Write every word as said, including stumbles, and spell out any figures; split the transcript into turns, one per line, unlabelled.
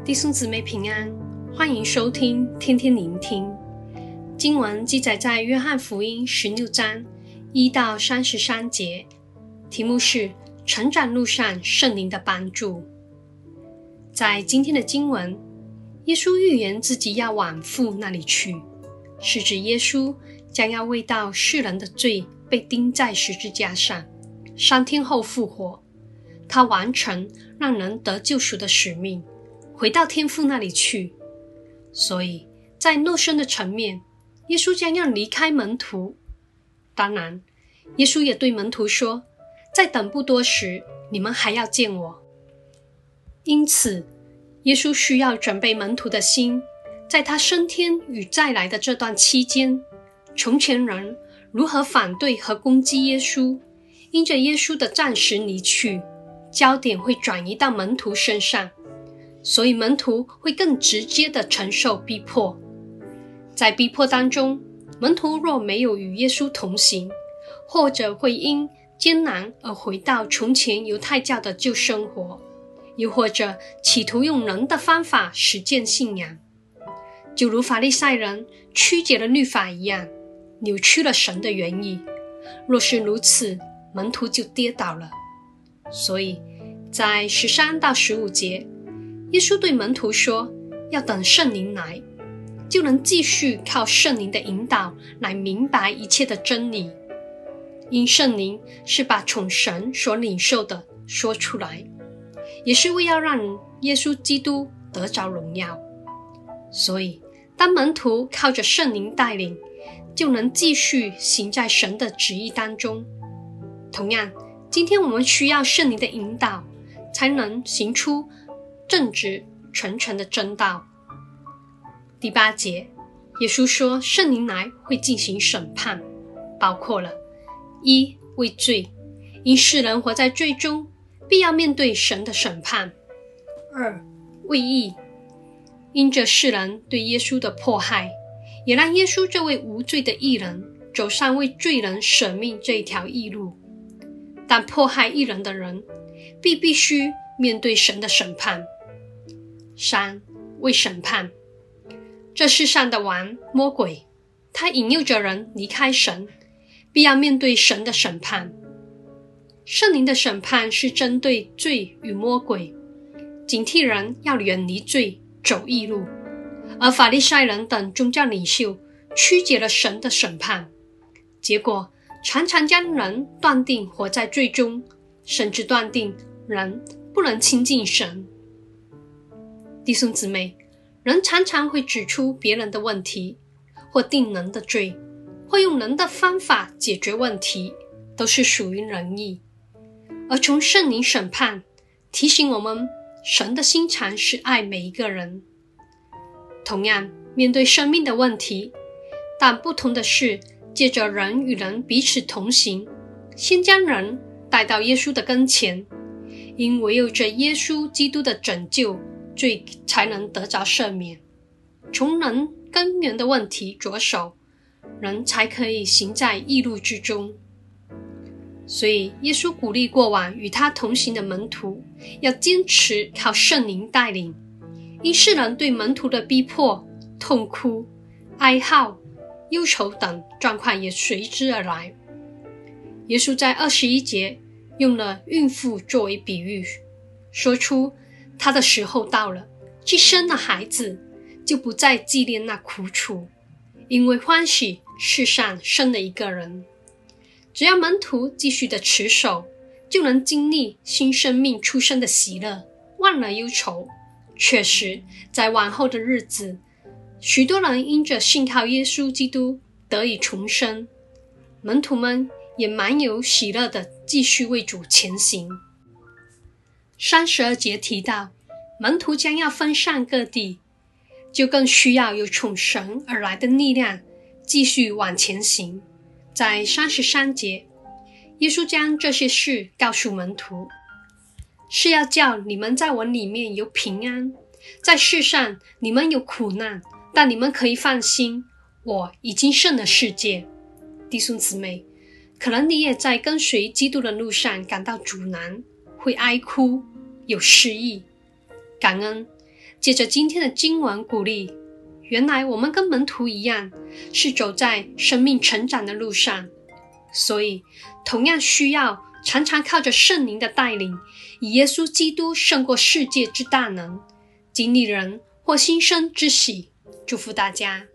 弟兄姊妹平安，欢迎收听天天聆听。经文记载在约翰福音十六章一到三十三节，题目是成长路上圣灵的帮助。在今天的经文，耶稣预言自己要往父那里去，是指耶稣将要为到世人的罪被钉在十字架上，三天后复活。他完成让人得救赎的使命，回到天父那里去。所以在肉身的层面，耶稣将要离开门徒。当然，耶稣也对门徒说，在等不多时，你们还要见我。因此，耶稣需要准备门徒的心，在他升天与再来的这段期间，从前人如何反对和攻击耶稣，因着耶稣的暂时离去，焦点会转移到门徒身上，所以门徒会更直接地承受逼迫。在逼迫当中，门徒若没有与耶稣同行，或者会因艰难而回到从前犹太教的旧生活，又或者企图用人的方法实践信仰，就如法利赛人曲解了律法一样，扭曲了神的原意。若是如此，门徒就跌倒了。所以在十三到十五节，耶稣对门徒说，要等圣灵来，就能继续靠圣灵的引导来明白一切的真理。因圣灵是把从神所领受的说出来，也是为要让耶稣基督得着荣耀。所以当门徒靠着圣灵带领，就能继续行在神的旨意当中。同样，今天我们需要圣灵的引导，才能行出正直纯纯的真道。第八节，耶稣说圣灵来会进行审判，包括了一、为罪，因世人活在罪中，必要面对神的审判；二、为义，因着世人对耶稣的迫害，也让耶稣这位无罪的义人走上为罪人舍命这一条义路。但迫害义人的人必必须面对神的审判。三、为审判，这世上的王魔鬼，他引诱着人离开神，必要面对神的审判。圣灵的审判是针对罪与魔鬼，警惕人要远离罪，走义路。而法利赛人等宗教领袖曲解了神的审判，结果常常将人断定活在罪中，甚至断定人不能亲近神。弟兄姊妹，人常常会指出别人的问题，或定人的罪，或用人的方法解决问题，都是属于人意。而从圣灵审判提醒我们，神的心肠是爱每一个人。同样面对生命的问题，但不同的是，借着人与人彼此同行，先将人带到耶稣的跟前，因唯有着耶稣基督的拯救，罪才能得着赦免。从人根源的问题着手，人才可以行在义路之中。所以耶稣鼓励过往与他同行的门徒，要坚持靠圣灵带领，因世人对门徒的逼迫、痛哭、哀号、忧愁等状况也随之而来。耶稣在二十一节用了孕妇作为比喻，说出他的时候到了，既生了孩子，就不再纪念那苦楚，因为欢喜世上生了一个人。只要门徒继续的持守，就能经历新生命出生的喜乐，忘了忧愁。确实，在往后的日子，许多人因着信靠耶稣基督得以重生，门徒们也满有喜乐的继续为主前行。三十二节提到，门徒将要分散各地，就更需要有从神而来的力量继续往前行。在三十三节，耶稣将这些事告诉门徒，是要叫你们在我里面有平安，在世上你们有苦难，但你们可以放心，我已经胜了世界。弟兄姊妹，可能你也在跟随基督的路上感到阻难，会哀哭，有失意。感恩， 借着今天的经文鼓励，原来我们跟门徒一样，是走在生命成长的路上，所以同样需要常常靠着圣灵的带领，以耶稣基督胜过世界之大能，经历人或新生之喜。祝福大家。